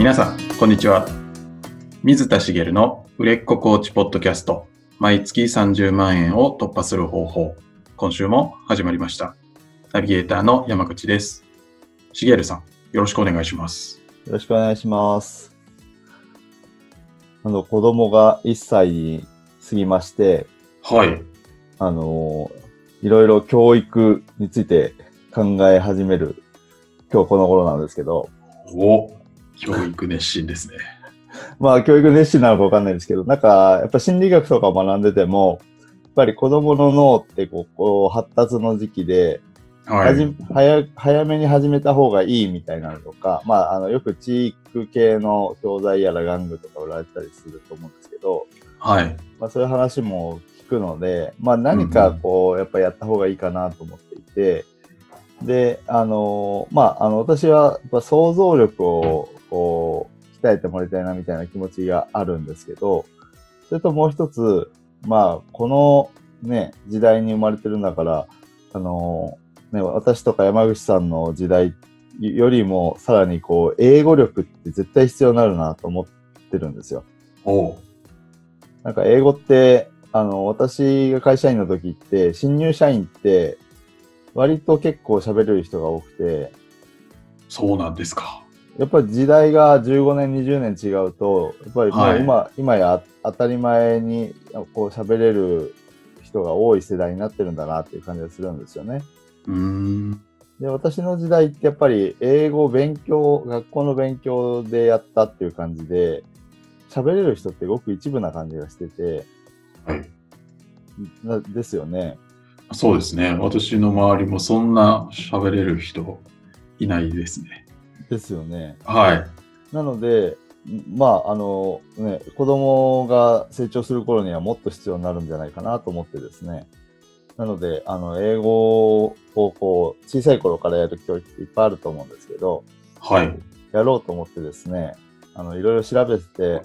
皆さん、こんにちは。水田茂の売れっ子コーチポッドキャスト、毎月30万円を突破する方法。今週も始まりました。ナビゲーターの山口です。茂さん、よろしくお願いします。 よろしくお願いします。子供が1歳に過ぎまして、 はい。 いろいろ教育について考え始める今日この頃なんですけど。 教育熱心ですね。 まあ教育熱心なのかわかんないですけど、やっぱ心理学とかを学んでても、やっぱり子供の脳って発達の時期で、 はい。 早めに始めた方がいいみたいなのとか、よく知育系の教材やら玩具とか売られたりすると思うんですけど、 はい。 そういう話も聞くので、何かやっぱやった方がいいかなと思っていて、で、私はやっぱ想像力を鍛えてもらいたいなみたいな気持ちがあるんですけど、それともう一つ、このね、時代に生まれてるんだから、私とか山口さんの時代よりもさらに英語力って絶対必要になるなと思ってるんですよ。なんか英語って、私が会社員の時って、新入社員って、割と結構喋れる人が多くて。 そうなんですか。 やっぱり時代が15年、20年違うと、やっぱりもう今や当たり前に喋れる人が多い世代になってるんだなっていう感じがするんですよね。で、私の時代ってやっぱり英語学校の勉強でやったっていう感じで、喋れる人ってごく一部な感じがしてて、 はい。 ですよね。 そうですね。私の周りもそんな喋れる人いないですね。 ですよね。 はい。 なので、子供が成長する頃にはもっと必要になるんじゃないかなと思ってですね。なので、英語を小さい頃からやる教育っていっぱいあると思うんですけど、 はい。 やろうと思ってですね、いろいろ調べてて、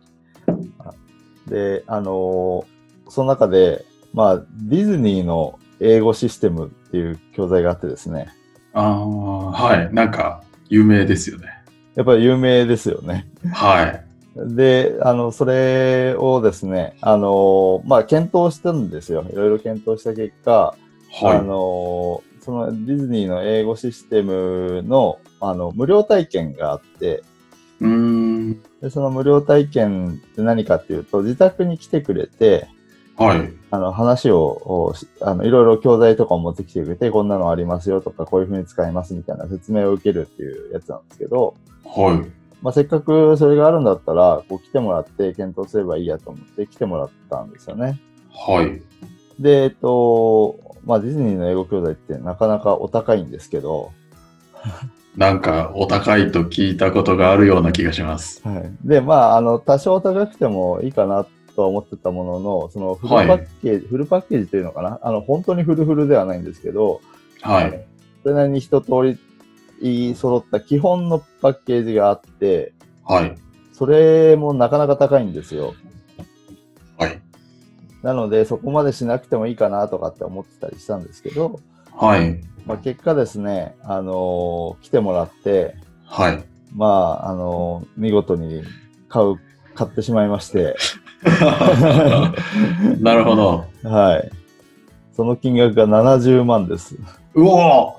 で、その中で、ディズニーの英語システムっていう教材があってですね。 はい。なんか、有名ですよね。 やっぱり有名ですよね。 はい。 で、それをですね、検討したんですよ。いろいろ検討した結果、 はい。 そのディズニーの英語システムの、無料体験があって、で、その無料体験って何かっていうと、自宅に来てくれて、 はい。 話をいろいろ教材とかを持ってきてくれて、こんなのありますよとか、こういう風に使いますみたいな説明を受けるっていうやつなんですけど、 はい。 せっかくそれがあるんだったら、来てもらって検討すればいいやと思って来てもらったんですよね。 はい。 で、ディズニーの英語教材ってなかなかお高いんですけど。 なんかお高いと聞いたことがあるような気がします。 はい。で、多少高くてもいいかなとは思ってたものの、そのフルパッケージというのかな、本当にフルではないんですけど、 はい。 それなりに一通り揃った基本のパッケージがあって、 はい。 それもなかなか高いんですよ。 はい。 なので、そこまでしなくてもいいかなとかって思ってたりしたんですけど、 はい。 結果ですね、来てもらって、 はい。 見事に買ってしまいまして。 なるほど。 はい。その金額が70万です。 うお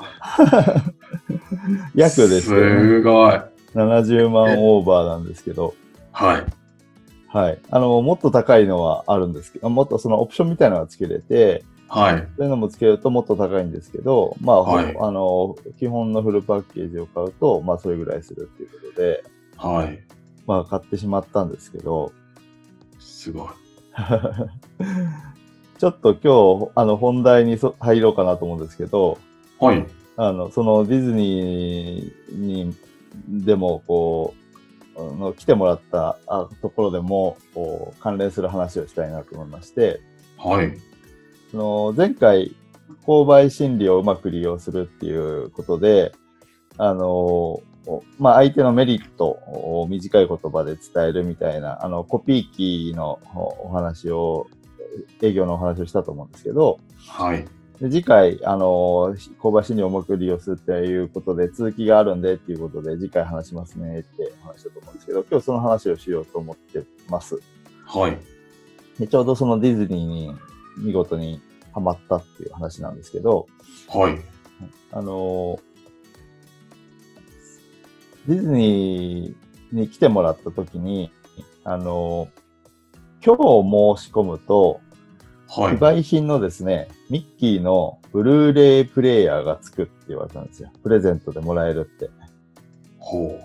約ですけどね。 すごい。 70万オーバーなんですけど。 はい。 はい。もっと高いのはあるんですけど、もっとそのオプションみたいなのがつけれて、 はい。 そういうのもつけるともっと高いんですけど、 はい。 基本のフルパッケージを買うと、それぐらいするっていうことで、 はい。 買ってしまったんですけど、 すごい。 ちょっと今日、本題に入ろうかなと思うんですけど、 はい。 そのディズニーにでも、来てもらったところでも、関連する話をしたいなと思いまして、 はい。 前回、購買心理をうまく利用するっていうことで、相手のメリットを短い言葉で伝えるみたいな、コピー機のお話を、営業のお話をしたと思うんですけど、 はい。 で次回、購買資料を重く利用するっていうことで、続きがあるんでっていうことで、次回話しますねって話したと思うんですけど、今日その話をしようと思ってます。 はい。 でちょうどそのディズニーに見事にハマったっていう話なんですけど、 はい。 ディズニーに来てもらった時に、今日申し込むと、 はい。 非売品のですね、ミッキーのブルーレイプレイヤーがつくって言われたんですよ。プレゼントでもらえるって。 ほう。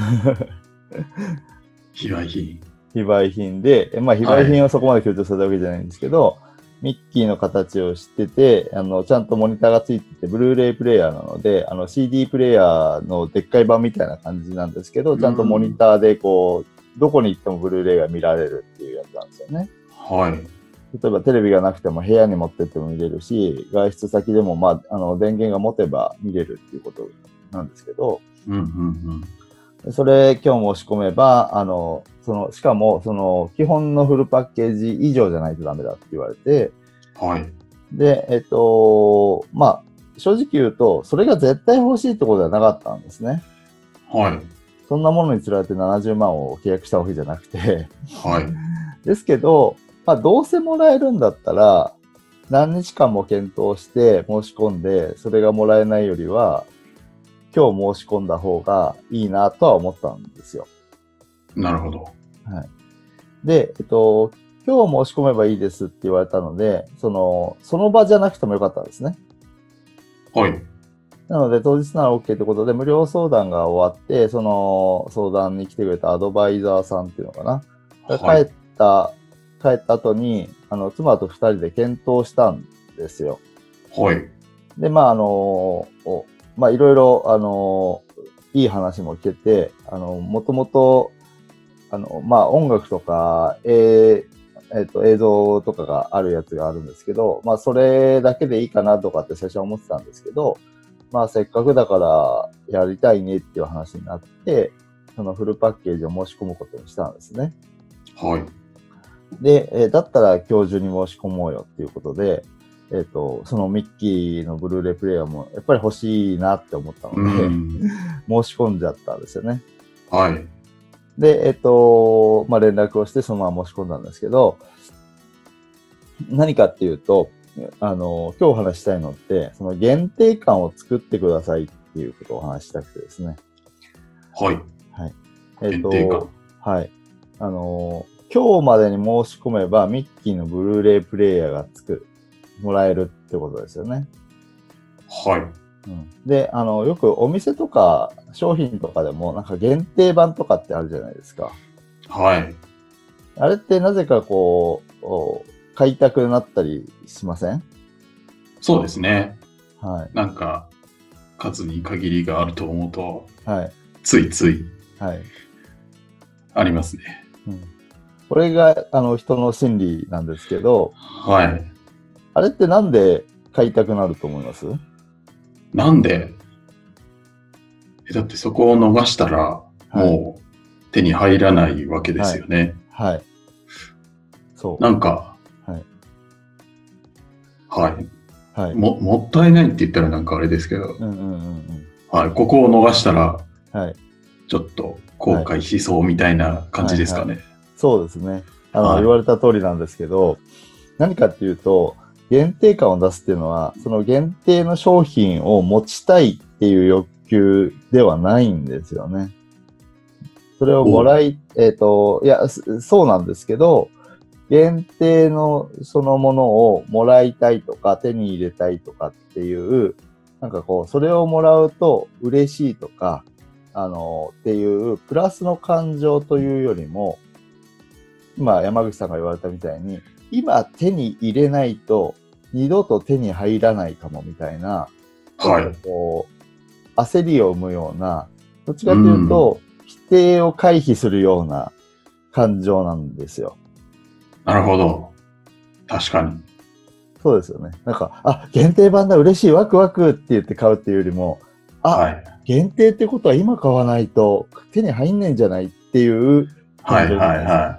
非売品。 非売品で、まあ非売品はそこまで強調されたわけじゃないんですけど、ミッキーの形を知ってて、ちゃんとモニターがついてて、ブルーレイプレイヤーなので、CD プレイヤーのでっかい版みたいな感じなんですけど、ちゃんとモニターでこう、どこに行ってもブルーレイが見られるっていうやつなんですよね。 はい。 例えばテレビがなくても部屋に持ってっても見れるし、外出先でも、まあ、電源が持てば見れるっていうことなんですけど、それ今日申し込めば、しかも、基本のフルパッケージ以上じゃないとダメだって言われて、 はい。 で、まあ、正直言うと、それが絶対欲しいってことではなかったんですね。 はい。 そんなものに釣られて70万を契約したわけじゃなくて。 はい。 ですけど、まあ、どうせもらえるんだったら、何日間も検討して申し込んで、それがもらえないよりは、今日申し込んだ方がいいなとは思ったんですよ。 なるほど。 はい。で、今日申し込めばいいですって言われたので、その場じゃなくてもよかったんですね。 はい。 なので、当日なら OK ということで、無料相談が終わって、その相談に来てくれたアドバイザーさんっていうのかな。 はい、 帰った後に、妻と二人で検討したんですよ。 はい。 で、まあ、まあ、いろいろ、いい話も聞けて、もともと、まあ、音楽とか、映像とかがあるやつがあるんですけど、まあ、それだけでいいかなとかって最初は思ってたんですけど、まあ、せっかくだからやりたいねっていう話になって、そのフルパッケージを申し込むことにしたんですね。 はい。 で、だったら今日中に申し込もうよっていうことで、そのミッキーのブルーレイプレイヤーもやっぱり欲しいなって思ったので、申し込んじゃったんですよね。 はい。 で、まあ、連絡をしてそのまま申し込んだんですけど、何かっていうと、今日お話したいのって、その限定感を作ってくださいっていうことをお話したくてですね。 はい。 はい。 限定感。 はい。今日までに申し込めばミッキーのブルーレイプレイヤーがもらえるってことですよね。 はい。 うん、で、よくお店とか商品とかでもなんか限定版とかってあるじゃないですか。 はい。 あれってなぜかこう、買いたくなったりしません？ そうですね。 はい。 なんか、数に限りがあると思うと、 はい。 ついつい、 はい。 ありますね。 うん。これが、人の心理なんですけど、 はい。 あれってなんで買いたくなると思います？ なんでだってそこを逃したら、もう手に入らないわけですよね。 はい。はい、そう。 なんか、 はい。 はい。 はい。 もったいないって言ったらなんかあれですけど、はい。ここを逃したら、 はい。 ちょっと後悔しそうみたいな感じですかね。 そうですね。言われた通りなんですけど、何かっていうと、限定感を出すっていうのは、その限定の商品を持ちたいっていう欲求ではないんですよね。それをもらい、いや、そうなんですけど、限定のそのものをもらいたいとか手に入れたいとかっていう、なんかこう、それをもらうと嬉しいとか、っていうプラスの感情というよりも、今山口さんが言われたみたいに、今手に入れないと二度と手に入らないかもみたいな、 はい。 こう焦りを生むような、どっちかというと、否定を回避するような感情なんですよ。 なるほど。確かに。 そうですよね。なんか、限定版だ、嬉しい、ワクワクって言って買うっていうよりも、はい、限定ってことは今買わないと手に入んないんじゃないっていう。 はいはいはい。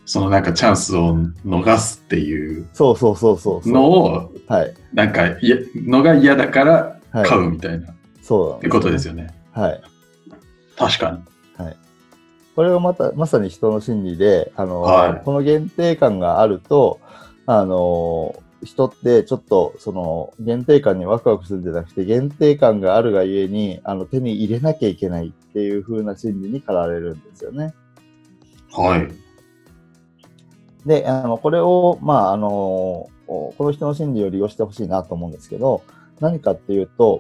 そのなんかチャンスを逃すっていうそうそうそうそうのを、 はい。 なんかのが嫌だから買うみたいな、 そうなんですよね。 ってことですよね。 はい。 確かに。 はい。これがまさに人の心理で、 はい。 この限定感があると、人ってちょっとその限定感にワクワクするんじゃなくて、限定感があるがゆえに、手に入れなきゃいけないっていう風な心理に駆られるんですよね。 はい。 で、これを、この人の心理を利用してほしいなと思うんですけど、何かっていうと、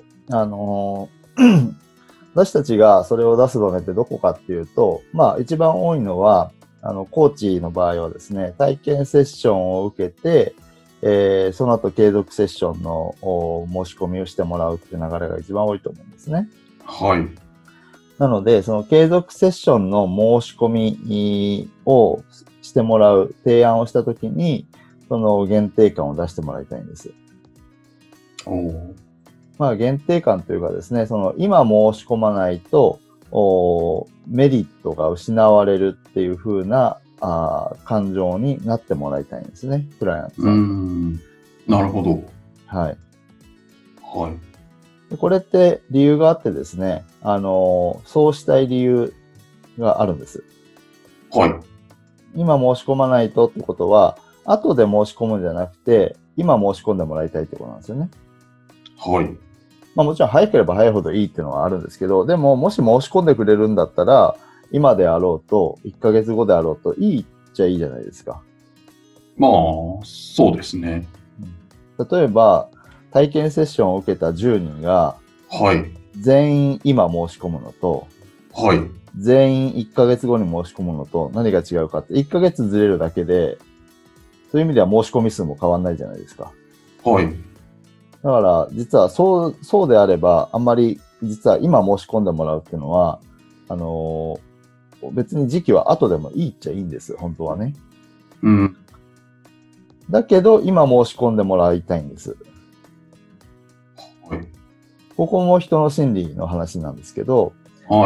私たちがそれを出す場面ってどこかっていうと、一番多いのは、コーチの場合はですね、体験セッションを受けて、その後継続セッションの申し込みをしてもらうっていう流れが一番多いと思うんですね。 はい。 なので、その継続セッションの申し込みをしてもらう、提案をしたときに、その限定感を出してもらいたいんです。限定感というかですね、その今申し込まないとメリットが失われるっていう風な感情になってもらいたいんですね、クライアントさん。 なるほど。 はい。 はい。 でこれって理由があってですね、そうしたい理由があるんです。 はい。 今申し込まないとってことは、後で申し込むんじゃなくて、今申し込んでもらいたいってことなんですよね。 はい。 もちろん早ければ早いほどいいっていうのはあるんですけど、でももし申し込んでくれるんだったら、今であろうと、1ヶ月後であろうと、いいっちゃいいじゃないですか。 まあ、そうですね。 例えば、体験セッションを受けた10人が、 はい。 全員今申し込むのと、 はい。 全員1ヶ月後に申し込むのと何が違うかって、1ヶ月ずれるだけで、そういう意味では申し込み数も変わんないじゃないですか。 はい。 だから、実はそうであれば、あんまり、実は今申し込んでもらうっていうのは、別に時期は後でもいいっちゃいいんです、本当はね。 うん。 だけど、今申し込んでもらいたいんです。 はい。 ここも人の心理の話なんですけど、 はい。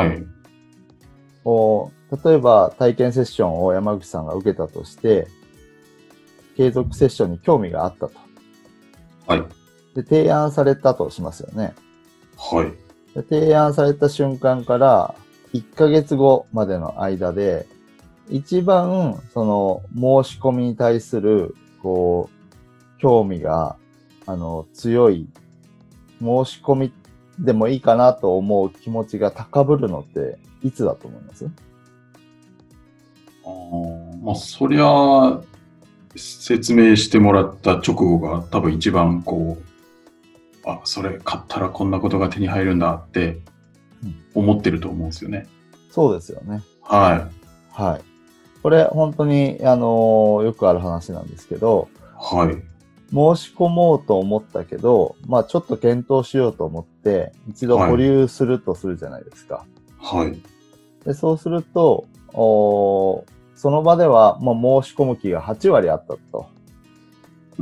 例えば体験セッションを山口さんが受けたとして、継続セッションに興味があったと。 はい。 で、提案されたとしますよね。 はい。 で、提案された瞬間から1ヶ月後までの間で、一番その申し込みに対する興味が強い申し込みでもいいかなと思う気持ちが高ぶるのっていつだと思います？ まあ、そりゃ、説明してもらった直後が多分一番それ買ったらこんなことが手に入るんだって思ってると思うんですよね。 そうですよね。 はい。 はい。これ本当によくある話なんですけど、 はい。 申し込もうと思ったけど、ちょっと検討しようと思って、一度保留するとするじゃないですか。 はい。 でそうすると、その場では、申し込む気が8割あったと。 うん。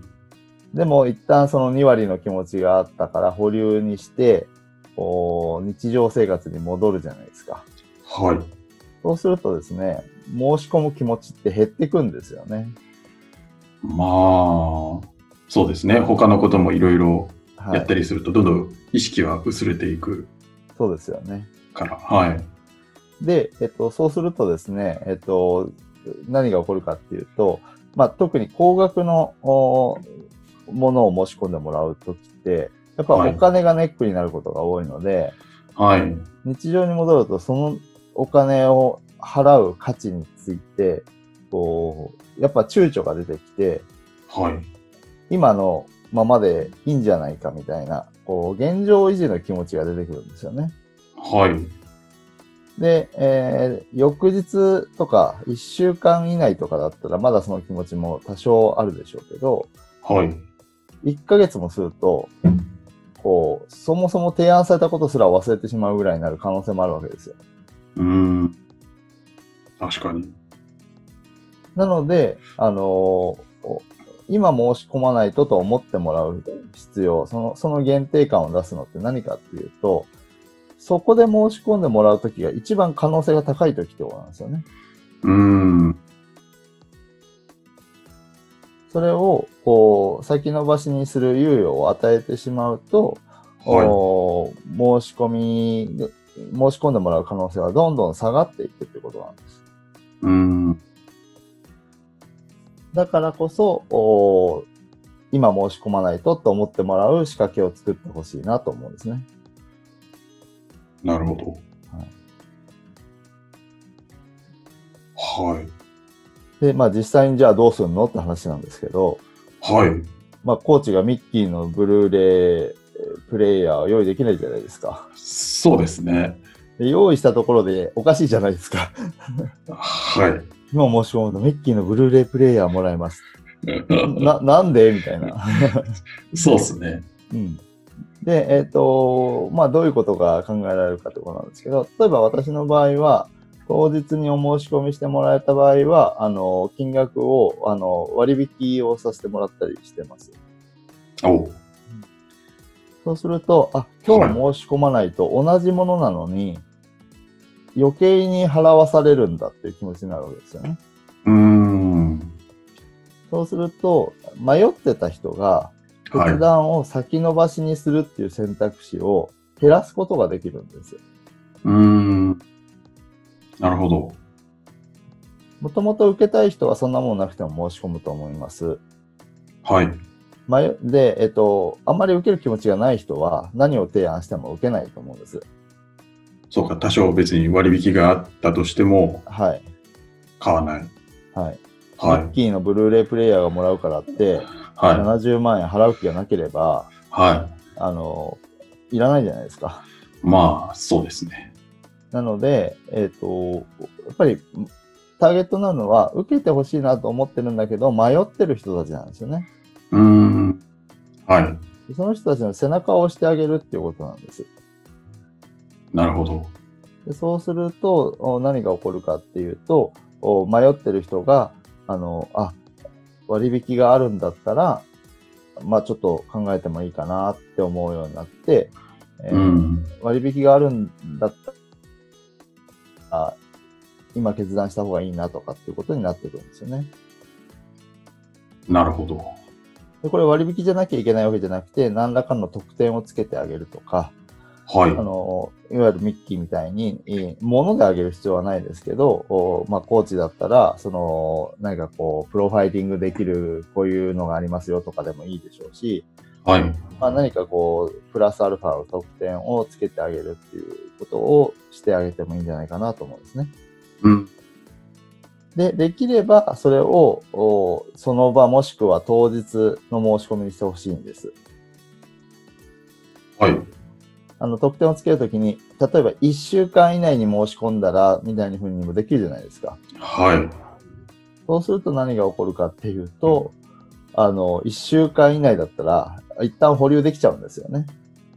でも、一旦その2割の気持ちがあったから保留にして、日常生活に戻るじゃないですか。 はい。 そうするとですね、申し込む気持ちって減ってくんですよね。 まあ、そうですね。他のこともいろいろやったりすると、どんどん意識は薄れていく。 そうですよね。 から。はい。 で、そうするとですね、何が起こるかっていうと、特に高額のものを申し込んでもらうときって、やっぱお金がネックになることが多いので、 はい。 日常に戻るとそのお金を払う価値について、やっぱ躊躇が出てきて、 はい。 今のままでいいんじゃないかみたいな、現状維持の気持ちが出てくるんですよね。 はい。 で、翌日とか1週間以内とかだったらまだその気持ちも多少あるでしょうけど、 はい。 1ヶ月もすると、そもそも提案されたことすら忘れてしまうぐらいになる可能性もあるわけですよ。 確かに。 なので、今申し込まないと思ってもらう必要、その限定感を出すのって何かっていうと、そこで申し込んでもらうときが一番可能性が高いときってことなんですよね。 それをこう先延ばしにする猶予を与えてしまうと、申し込んでもらう可能性はどんどん下がっていくってことなんです。だからこそ、今申し込まないとと思ってもらう仕掛けを作ってほしいなと思うんですね。 なるほど。はい。はい。 で、実際にじゃあどうするのって話なんですけど、 はい。 コーチがミッキーのブルーレイプレイヤーを用意できないじゃないですか。 そうですね。 で用意したところでおかしいじゃないですか。 はい。 今申し込むとミッキーのブルーレイプレイヤーもらえます。なんでみたいな。 そうですね。 うん。で、どういうことが考えられるかということなんですけど、例えば私の場合は、当日にお申し込みしてもらえた場合は、金額を、割引をさせてもらったりしてます。そうすると、今日申し込まないと同じものなのに、余計に払わされるんだっていう気持ちになるわけですよね。そうすると、迷ってた人が、決断を先延ばしにするっていう選択肢を減らすことができるんですよ。 なるほど。 もともと受けたい人はそんなもんなくても申し込むと思います。 はい。 で、あんまり受ける気持ちがない人は何を提案しても受けないと思うんです。 そうか、多少別に割引があったとしても、 はい。 買わない。 はい。ミッキーのブルーレイプレイヤーがもらうからって、70万円払う気がなければ、いらないじゃないですか。 そうですね。 なので、やっぱりターゲットなのは受けてほしいなと思ってるんだけど、迷ってる人たちなんですよね。 はい。 その人たちの背中を押してあげるっていうことなんです。 なるほど。 でそうすると、何が起こるかっていうと、迷ってる人が、割引があるんだったら、ちょっと考えてもいいかなって思うようになって、割引があるんだったら、今決断した方がいいなとかっていうことになってくるんですよね。 なるほど。 でこれ割引じゃなきゃいけないわけじゃなくて、何らかの特典をつけてあげるとか、 はい。 いわゆるミッキーみたいに、物であげる必要はないですけど、コーチだったら、何かプロファイリングできる、こういうのがありますよとかでもいいでしょうし、 はい。 何かプラスアルファの特典をつけてあげるっていうことをしてあげてもいいんじゃないかなと思うんですね。で、できれば、それを、その場もしくは当日の申し込みにしてほしいんです。 はい。 特典をつけるときに、例えば1週間以内に申し込んだら、みたいな風にもできるじゃないですか。 はい。 そうすると何が起こるかっていうと、1週間以内だったら、一旦保留できちゃうんですよね。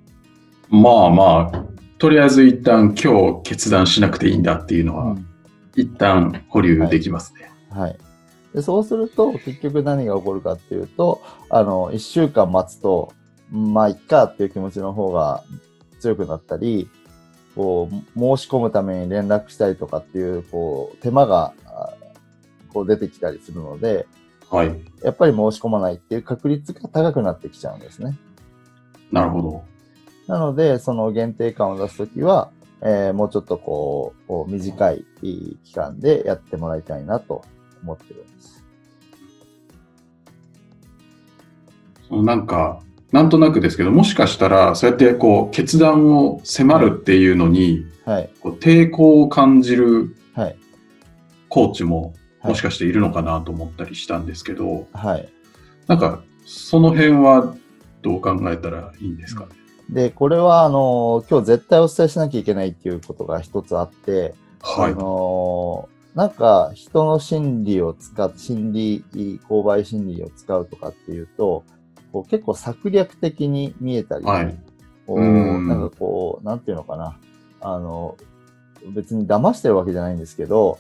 とりあえず一旦今日決断しなくていいんだっていうのは、一旦保留できますね。 はい。でそうすると、結局何が起こるかっていうと、1週間待つと、いっかっていう気持ちの方が強くなったり、申し込むために連絡したりとかっていう、手間が、出てきたりするので、 はい。 やっぱり申し込まないっていう確率が高くなってきちゃうんですね。 なるほど。 なので、その限定感を出すときは、もうちょっと短い期間でやってもらいたいなと思ってるんです。 なんとなくですけど、もしかしたら、そうやって決断を迫るっていうのに、抵抗を感じるコーチも、もしかしているのかなと思ったりしたんですけど、その辺はどう考えたらいいんですかね。 で、これは、今日絶対お伝えしなきゃいけないっていうことが一つあって、人の心理を使って、購買心理を使うとかっていうと、結構策略的に見えたり、なんていうのかな、別に騙してるわけじゃないんですけど、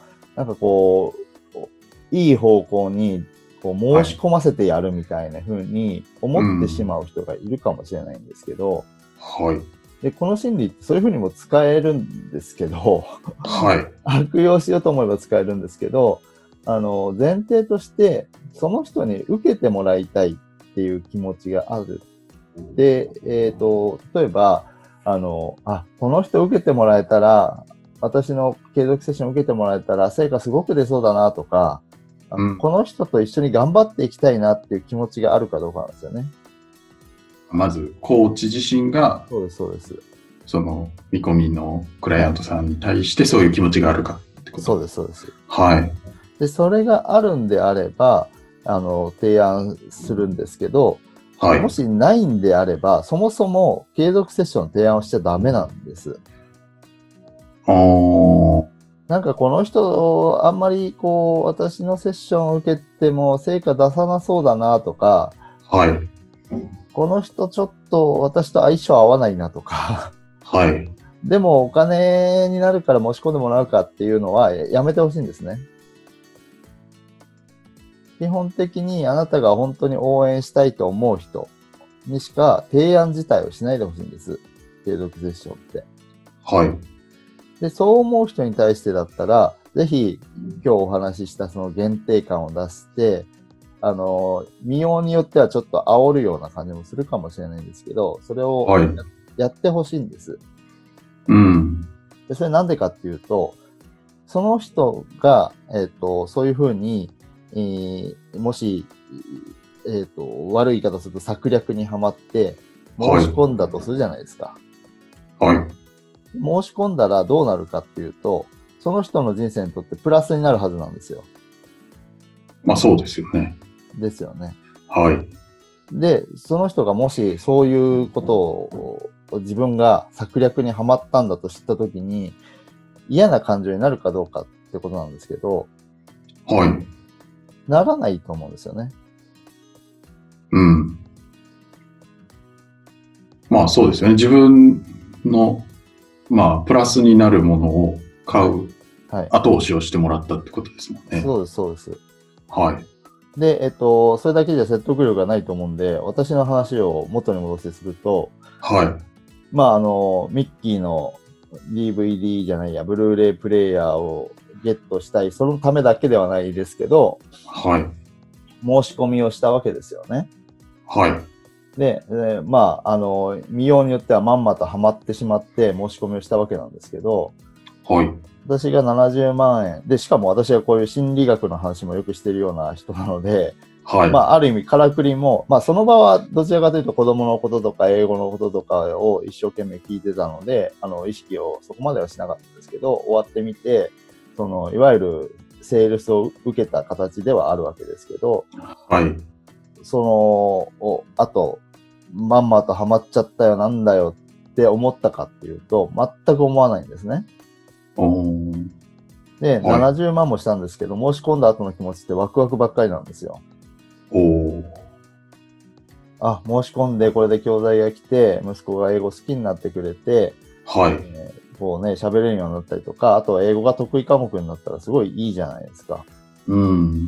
いい方向に申し込ませてやるみたいな風に思ってしまう人がいるかもしれないんですけど、でこの心理ってそういう風にも使えるんですけど、悪用しようと思えば使えるんですけど、 前提として、その人に受けてもらいたいっていう気持ちがある。で、例えば、この人受けてもらえたら、私の継続セッション受けてもらえたら、成果すごく出そうだなとか、この人と一緒に頑張っていきたいなっていう気持ちがあるかどうかなんですよね。 まず、コーチ自身が、 そうです、そうです。 その、見込みのクライアントさんに対してそういう気持ちがあるかってこと。 そうです、そうです。 はい。 で、それがあるんであれば、提案するんですけど、 はい。 もしないんであれば、そもそも継続セッションの提案をしちゃダメなんです。なんかこの人、あんまり私のセッションを受けても成果出さなそうだなとか、 はい。 この人ちょっと私と相性合わないなとか、 はい。 でもお金になるから申し込んでもらうかっていうのはやめてほしいんですね。基本的にあなたが本当に応援したいと思う人にしか提案自体をしないでほしいんです。継続セッションって。 はい。 で、そう思う人に対してだったら、ぜひ今日お話ししたその限定感を出して、見ようによってはちょっと煽るような感じもするかもしれないんですけど、それをやってほしいんです。 うん。 で、それなんでかっていうと、その人が、そういうふうに、もし、悪い言い方すると策略にはまって申し込んだとするじゃないですか。 はい。 申し込んだらどうなるかっていうと、その人の人生にとってプラスになるはずなんですよ。 まあそうですよね。 ですよね。 はい。 で、その人がもしそういうことを自分が策略にはまったんだと知ったときに嫌な感情になるかどうかってことなんですけど、 はい。 ならないと思うんですよね。 うん。まあそうですよね。自分の、まあプラスになるものを買う、 はい。 後押しをしてもらったってことですもんね。 そうです、そうです。 はい。 で、それだけじゃ説得力がないと思うんで、私の話を元に戻してすると、 はい。 まあ、ミッキーの DVD じゃないや、ブルーレイプレイヤーをゲットしたい、そのためだけではないですけど、 はい。 申し込みをしたわけですよね。 はい。 で、まあ、見ようによってはまんまとハマってしまって申し込みをしたわけなんですけど、 はい。 私が70万円。で、しかも私はこういう心理学の話もよくしてるような人なので、 はい。 まあ、ある意味、からくりも、まあ、その場はどちらかというと子供のこととか英語のこととかを一生懸命聞いてたので、意識をそこまではしなかったんですけど、終わってみて、いわゆるセールスを受けた形ではあるわけですけど、 はい。 あと、まんまとハマっちゃったよ、なんだよって思ったかっていうと、全く思わないんですね。で、 はい 70万もしたんですけど、申し込んだ後の気持ちってワクワクばっかりなんですよ。申し込んでこれで教材が来て、息子が英語好きになってくれて、 はい。 こうね、喋れるようになったりとか、あとは英語が得意科目になったらすごいいいじゃないですか。 うん。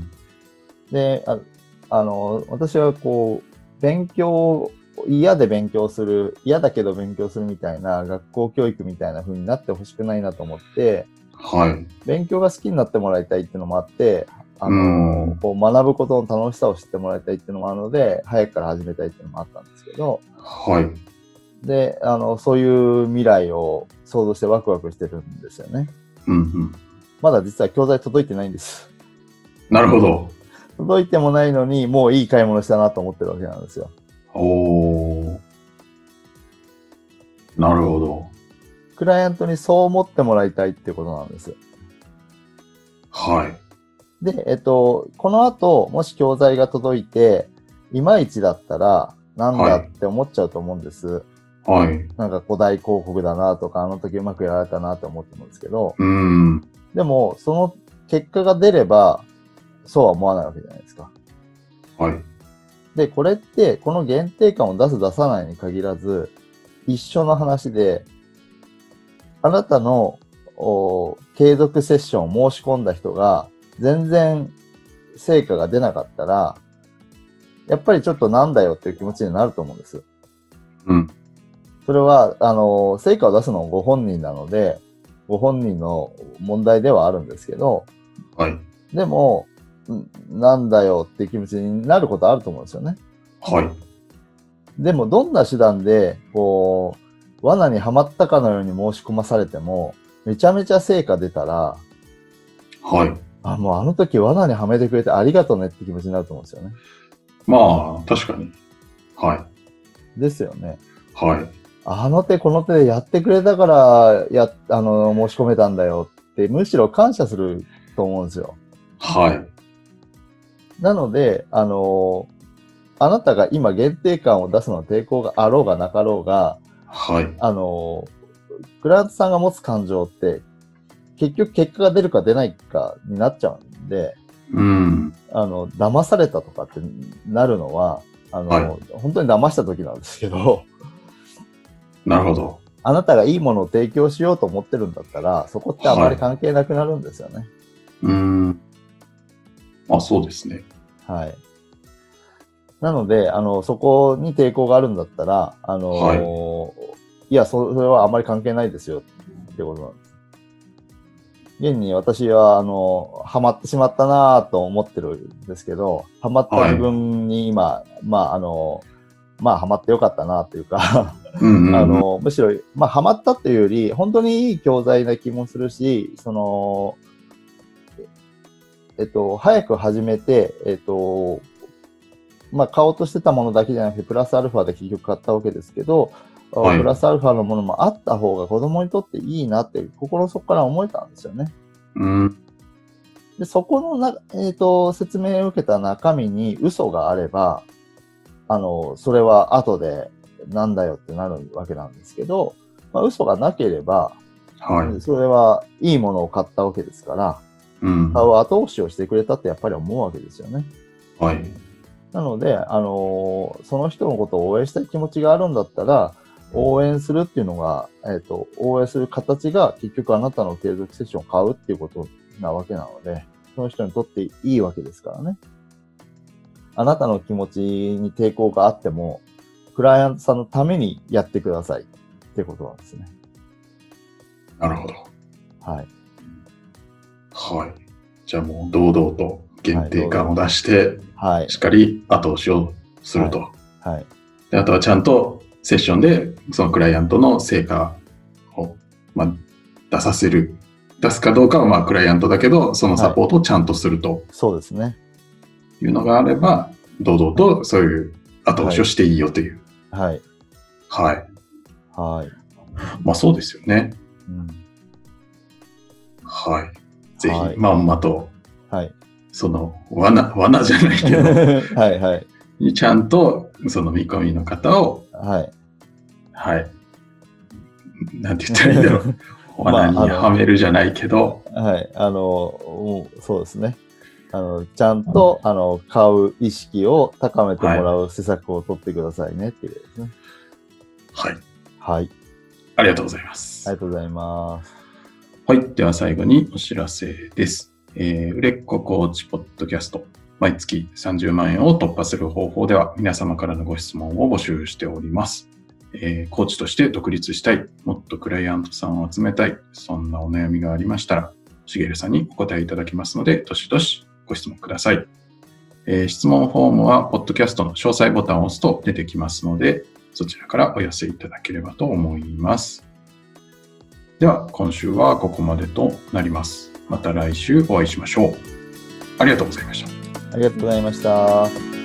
で、私はこう、嫌だけど勉強するみたいな学校教育みたいな風になってほしくないなと思って、 はい。 勉強が好きになってもらいたいっていうのもあって、こう学ぶことの楽しさを知ってもらいたいっていうのもあるので、早くから始めたいっていうのもあったんですけど、 はい。 で、そういう未来を想像してワクワクしてるんですよね。 うんうん。 まだ実は教材届いてないんです。 なるほど。 届いてもないのに、もういい買い物したなと思ってるわけなんですよ。 なるほど。 クライアントにそう思ってもらいたいっていうことなんです。 はい。 で、この後、もし教材が届いて、いまいちだったら、なんだって思っちゃうと思うんです。 はい。 なんか古代広告だなとか、あの時うまくやられたなって思ってるんですけど、 うん。 でも、その結果が出れば、そうは思わないわけじゃないですか。 はい。 で、これって、この限定感を出す出さないに限らず、一緒の話で、あなたの継続セッションを申し込んだ人が、全然成果が出なかったら、やっぱりちょっとなんだよっていう気持ちになると思うんです。 うん。 それは、成果を出すのはご本人なので、ご本人の問題ではあるんですけど、 はい。 でも、なんだよって気持ちになることあると思うんですよね。 はい。 でも、どんな手段で、こう、罠にはまったかのように申し込まされても、めちゃめちゃ成果出たら、 はい。 もうあの時罠にはめてくれてありがとうねって気持ちになると思うんですよね。 まあ、確かに。はい。 ですよね。 はい。 あの手この手でやってくれたから、申し込めたんだよって、むしろ感謝すると思うんですよ。 はい。 なので、あなたが今限定感を出すの抵抗があろうがなかろうが、 はい。 クライアントさんが持つ感情って、結局結果が出るか出ないかになっちゃうんで、騙されたとかってなるのは、本当に騙した時なんですけど、 なるほど。 あなたがいいものを提供しようと思ってるんだったら、そこってあまり関係なくなるんですよね。 まあそうですね。 はい。なので、そこに抵抗があるんだったら、いや、それはあまり関係ないですよってことなんです。現に私は、ハマってしまったなぁと思ってるんですけど、ハマった自分に今、ハマってよかったなというかむしろ、ハマったっていうより、本当にいい教材な気もするし、早く始めて、買おうとしてたものだけじゃなくて、プラスアルファで結局買ったわけですけど、プラスアルファのものもあった方が子供にとっていいなって心の底から思えたんですよね。で、そこの説明を受けた中身に嘘があれば、それは後でなんだよってなるわけなんですけど、嘘がなければ、それはいいものを買ったわけですから、買う後押しをしてくれたってやっぱり思うわけですよね。 はい。 なので、その人のことを応援したい気持ちがあるんだったら、応援するっていうのが、応援する形が結局あなたの継続セッションを買うっていうことなわけなので、その人にとっていいわけですからね。あなたの気持ちに抵抗があっても、クライアントさんのためにやってくださいってことなんですね。 なるほど。 はい。 はい。じゃあもう堂々と限定感を出して、しっかり後押しをすると。 はい。 であとはちゃんとセッションでそのクライアントの成果を、出すかどうかはクライアントだけど、そのサポートをちゃんとすると。 そうですね。 いうのがあれば、堂々とそういう後押しをしていいよという。 はい。 はい。 はい。 まあそうですよね。はい。ぜひ、まんまと、その罠じゃないけど、 はいはい。 ちゃんとその見込みの方を、はい。なんて言ったらいいんだろう。罠にはめるじゃないけど。 はい。そうですね。ちゃんと、買う意識を高めてもらう施策を取ってくださいねっていうことですね。 はい。 はい。 ありがとうございます。 ありがとうございます。 はい。では最後にお知らせです。売れっ子コーチポッドキャスト。毎月30万円を突破する方法では皆様からのご質問を募集しております。コーチとして独立したい、もっとクライアントさんを集めたい、そんなお悩みがありましたら、しげるさんにお答えいただきますので、どしどしご質問ください。質問フォームは、ポッドキャストの詳細ボタンを押すと出てきますので、そちらからお寄せいただければと思います。では、今週はここまでとなります。また来週お会いしましょう。ありがとうございました。 ありがとうございました。